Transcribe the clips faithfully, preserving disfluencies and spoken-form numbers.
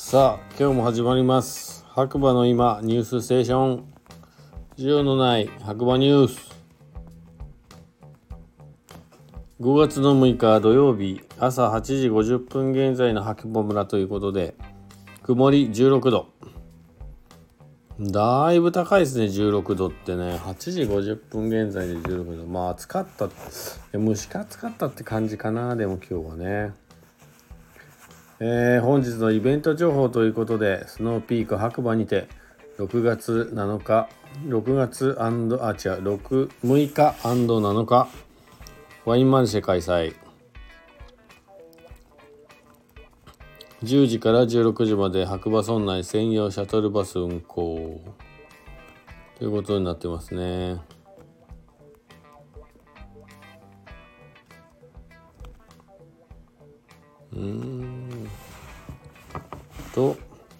さあ今日も始まります。白馬の今ニュースステーション、需要のない白馬ニュース。ごがつのむいか土曜日朝はちじごじゅっぷん現在の白馬村ということで、曇りじゅうろくど。だいぶ高いですね。じゅうろくどってね、はちじごじゅっぷん現在でじゅうろくど。まあ暑かった、蒸し暑かったって感じかな。でも今日はね、えー、本日のイベント情報ということで、スノーピーク白馬にてろくがつなのか、ろくがつあ違う6 6日 なのかワインマルシェ開催、じゅうじからじゅうろくじまで白馬村内専用シャトルバス運行ということになってますね。うーんと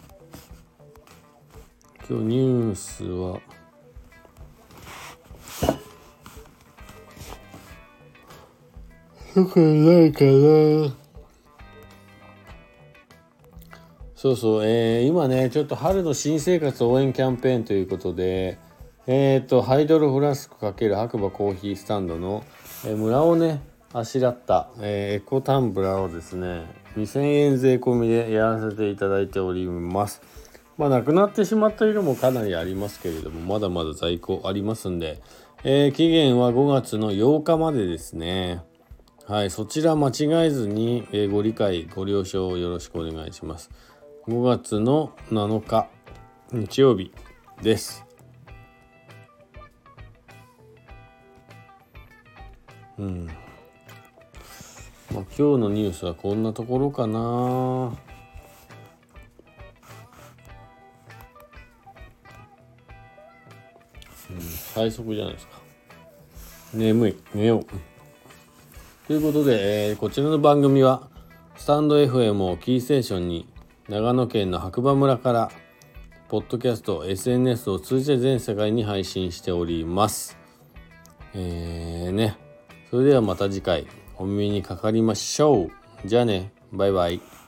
今日ニュースは特にないかな。そうそう、えー、今ねちょっと春の新生活応援キャンペーンということで、えーとハイドロフラスク×白馬コーヒースタンドの、えー、村をねあしらった、えー、エコタンブラーをですねにせんえん税込みでやらせていただいております。まあなくなってしまった色もかなりありますけれども、まだまだ在庫ありますんで、えー、期限はごがつのようかまでですね。はい、そちら間違えずに、えー、ご理解ご了承をよろしくお願いします。ごがつのなのか日曜日です。うん。まあ今日のニュースはこんなところかな。うん、最速じゃないですか。眠い、寝よう。ということで、えー、こちらの番組はスタンド エフエム をキーステーションに長野県の白馬村からポッドキャスト エスエヌエス を通じて全世界に配信しております。えーねそれではまた次回お耳にかかりましょう。じゃあね、バイバイ。